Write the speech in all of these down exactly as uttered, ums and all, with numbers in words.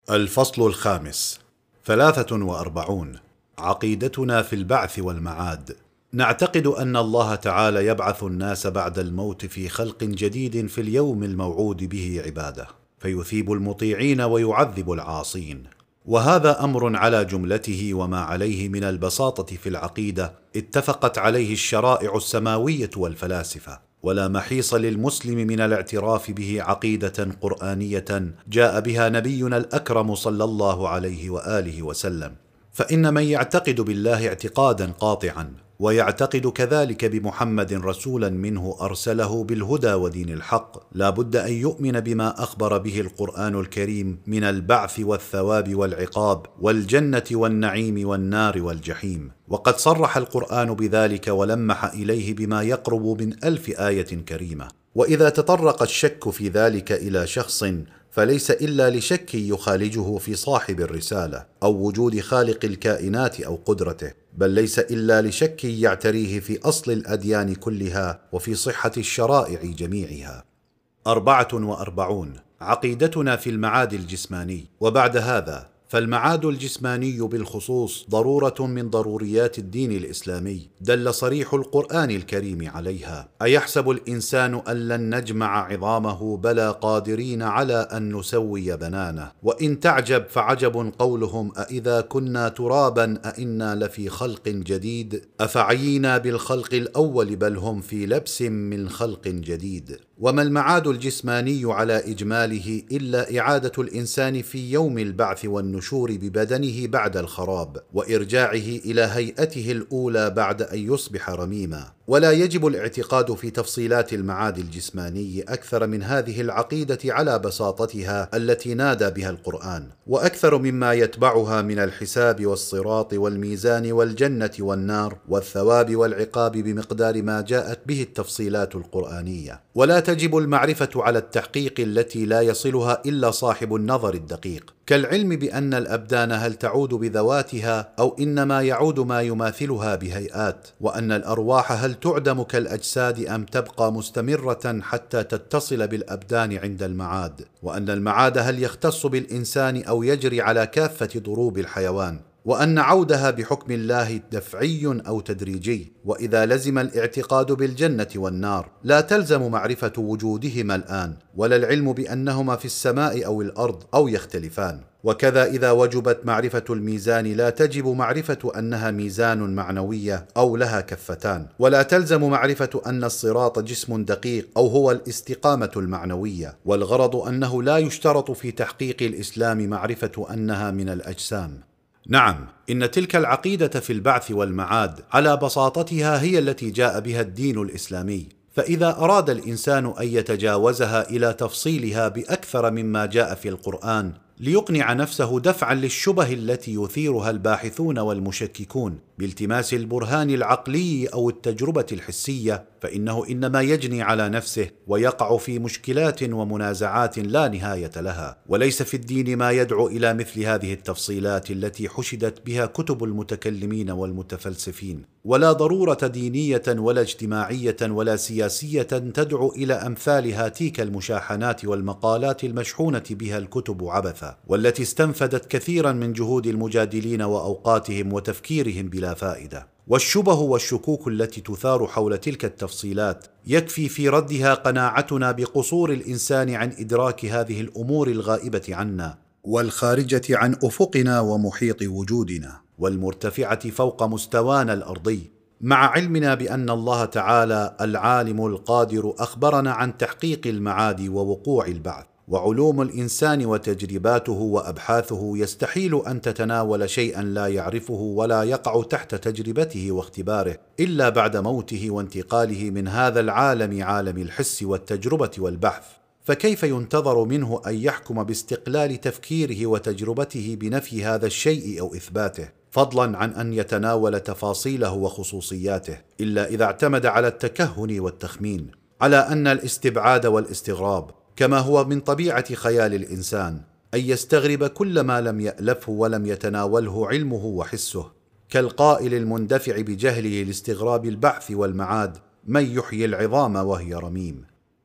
الفصل الخامس. ثلاثة وأربعون. عقيدتنا في البعث والمعاد. نعتقد أن الله تعالى يبعث الناس بعد الموت في خلق جديد في اليوم الموعود به عباده، فيثيب المطيعين ويعذب العاصين، وهذا أمر على جملته وما عليه من البساطة في العقيدة اتفقت عليه الشرائع السماوية والفلاسفة، ولا محيص للمسلم من الاعتراف به عقيدة قرآنية جاء بها نبينا الأكرم صلى الله عليه وآله وسلم. فإن من يعتقد بالله اعتقادا قاطعا ويعتقد كذلك بمحمد رسولا منه أرسله بالهدى ودين الحق، لا بد أن يؤمن بما أخبر به القرآن الكريم من البعث والثواب والعقاب والجنة والنعيم والنار والجحيم، وقد صرح القرآن بذلك ولمح إليه بما يقرب من ألف آية كريمة. وإذا تطرق الشك في ذلك إلى شخص فليس إلا لشك يخالجه في صاحب الرسالة أو وجود خالق الكائنات أو قدرته، بل ليس إلا لشك يعتريه في أصل الأديان كلها وفي صحة الشرائع جميعها. أربعة وأربعون. عقيدتنا في المعاد الجسماني. وبعد هذا فالمعاد الجسماني بالخصوص ضرورة من ضروريات الدين الإسلامي دل صريح القرآن الكريم عليها. أيحسب الإنسان أن لن نجمع عظامه بلى قادرين على أن نسوي بنانه. وإن تعجب فعجب قولهم أإذا كنا ترابا أإنا لفي خلق جديد أفعينا بالخلق الأول بل هم في لبس من خلق جديد. وما المعاد الجسماني على إجماله إلا إعادة الإنسان في يوم البعث والنشور ببدنه بعد الخراب وإرجاعه إلى هيئته الأولى بعد أن يصبح رميما. ولا يجب الاعتقاد في تفصيلات المعاد الجسماني أكثر من هذه العقيدة على بساطتها التي نادى بها القرآن، وأكثر مما يتبعها من الحساب والصراط والميزان والجنة والنار والثواب والعقاب بمقدار ما جاءت به التفصيلات القرآنية. ولا تجب المعرفة على التحقيق التي لا يصلها إلا صاحب النظر الدقيق، كالعلم بأن الأبدان هل تعود بذواتها أو إنما يعود ما يماثلها بهيئات، وأن الأرواح هل تعدم كالأجساد أم تبقى مستمرة حتى تتصل بالأبدان عند المعاد، وأن المعاد هل يختص بالإنسان أو يجري على كافة ضروب الحيوان، وأن عودها بحكم الله دفعي أو تدريجي. وإذا لزم الاعتقاد بالجنة والنار لا تلزم معرفة وجودهما الآن ولا العلم بأنهما في السماء أو الأرض أو يختلفان. وكذا إذا وجبت معرفة الميزان لا تجب معرفة أنها ميزان معنوية أو لها كفتان، ولا تلزم معرفة أن الصراط جسم دقيق أو هو الاستقامة المعنوية. والغرض أنه لا يشترط في تحقيق الإسلام معرفة أنها من الأجسام. نعم، إن تلك العقيدة في البعث والمعاد على بساطتها هي التي جاء بها الدين الإسلامي، فإذا أراد الإنسان أن يتجاوزها إلى تفصيلها بأكثر مما جاء في القرآن ليقنع نفسه دفعا للشبه التي يثيرها الباحثون والمشككون بالتماس البرهان العقلي أو التجربة الحسية، فإنه إنما يجني على نفسه ويقع في مشكلات ومنازعات لا نهاية لها. وليس في الدين ما يدعو إلى مثل هذه التفصيلات التي حشدت بها كتب المتكلمين والمتفلسفين، ولا ضرورة دينية ولا اجتماعية ولا سياسية تدعو إلى أمثال هاتيك المشاحنات والمقالات المشحونة بها الكتب عبثا، والتي استنفدت كثيرا من جهود المجادلين وأوقاتهم وتفكيرهم بلا فائدة. والشبه والشكوك التي تثار حول تلك التفصيلات يكفي في ردها قناعتنا بقصور الإنسان عن إدراك هذه الأمور الغائبة عنا والخارجة عن أفقنا ومحيط وجودنا والمرتفعة فوق مستوانا الأرضي، مع علمنا بأن الله تعالى العالم القادر أخبرنا عن تحقيق المعاد ووقوع البعث. وعلوم الإنسان وتجرباته وأبحاثه يستحيل أن تتناول شيئا لا يعرفه ولا يقع تحت تجربته واختباره إلا بعد موته وانتقاله من هذا العالم عالم الحس والتجربة والبحث. فكيف ينتظر منه أن يحكم باستقلال تفكيره وتجربته بنفي هذا الشيء أو إثباته، فضلا عن أن يتناول تفاصيله وخصوصياته، إلا إذا اعتمد على التكهن والتخمين، على أن الاستبعاد والاستغراب كما هو من طبيعة خيال الإنسان أن يستغرب كل ما لم يألفه ولم يتناوله علمه وحسه، كالقائل المندفع بجهله لاستغراب البعث والمعاد: من يحيي العظام وهي رميم.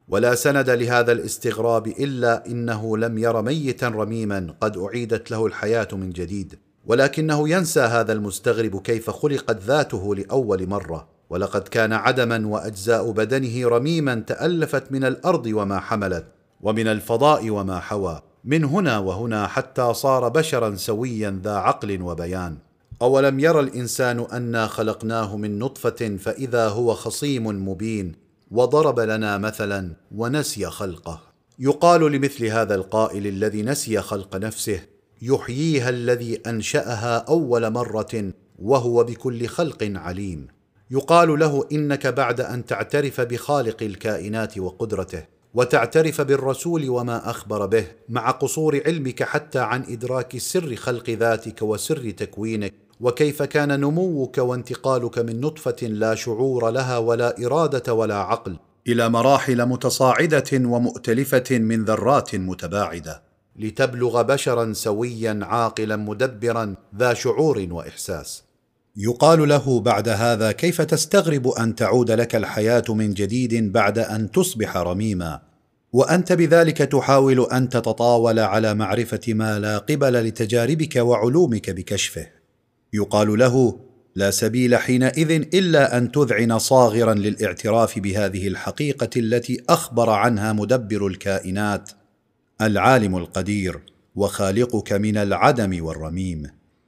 ولا سند لهذا الاستغراب إلا إنه لم ير ميتا رميما قد أعيدت له الحياة من جديد، ولكنه ينسى هذا المستغرب كيف خلقت ذاته لأول مرة، ولقد كان عدما وأجزاء بدنه رميما تألفت من الأرض وما حملت، ومن الفضاء وما حوى، من هنا وهنا حتى صار بشرا سويا ذا عقل وبيان. أولم ير الإنسان أنا خلقناه من نطفة فإذا هو خصيم مبين، وضرب لنا مثلا ونسي خلقه. يقال لمثل هذا القائل الذي نسي خلق نفسه: يحييها الذي أنشأها أول مرة وهو بكل خلق عليم. يقال له: إنك بعد أن تعترف بخالق الكائنات وقدرته، وتعترف بالرسول وما أخبر به، مع قصور علمك حتى عن إدراك سر خلق ذاتك وسر تكوينك، وكيف كان نموك وانتقالك من نطفة لا شعور لها ولا إرادة ولا عقل إلى مراحل متصاعدة ومؤتلفة من ذرات متباعدة، لتبلغ بشرا سويا عاقلا مدبرا ذا شعور وإحساس. يقال له بعد هذا: كيف تستغرب أن تعود لك الحياة من جديد بعد أن تصبح رميما، وأنت بذلك تحاول أن تتطاول على معرفة ما لا قبل لتجاربك وعلومك بكشفه. يقال له: لا سبيل حينئذ إلا أن تذعن صاغرا للاعتراف بهذه الحقيقة التي أخبر عنها مدبر الكائنات العالم القدير وخالقك من العدم والرميم.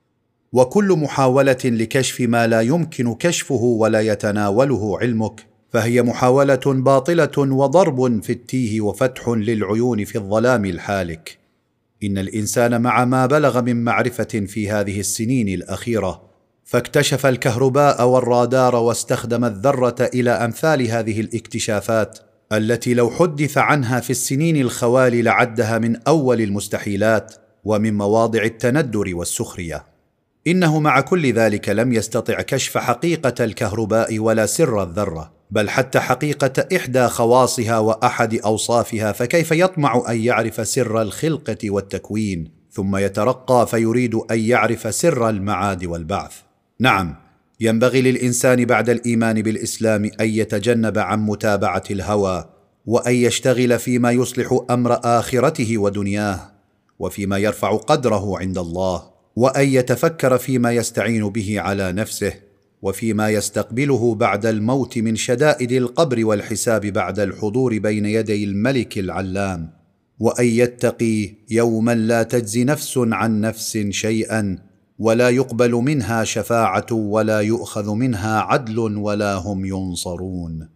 وكل محاولة لكشف ما لا يمكن كشفه ولا يتناوله علمك فهي محاولة باطلة وضرب في التيه وفتح للعيون في الظلام الحالك. إن الإنسان مع ما بلغ من معرفة في هذه السنين الأخيرة، فاكتشف الكهرباء والرادار واستخدم الذرة إلى أمثال هذه الاكتشافات التي لو حدث عنها في السنين الخوالي لعدها من أول المستحيلات ومن مواضع التندر والسخرية. إنه مع كل ذلك لم يستطع كشف حقيقة الكهرباء ولا سر الذرة، بل حتى حقيقة إحدى خواصها وأحد أوصافها، فكيف يطمع أن يعرف سر الخلقة والتكوين، ثم يترقى فيريد أن يعرف سر المعاد والبعث؟ نعم، ينبغي للإنسان بعد الإيمان بالإسلام أن يتجنب عن متابعة الهوى، وأن يشتغل فيما يصلح أمر آخرته ودنياه، وفيما يرفع قدره عند الله، وأن يتفكر فيما يستعين به على نفسه، وفيما يستقبله بعد الموت من شدائد القبر والحساب بعد الحضور بين يدي الملك العلام، وأن يتقي يوما لا تجزي نفس عن نفس شيئا، ولا يقبل منها شفاعة ولا يؤخذ منها عدل ولا هم ينصرون.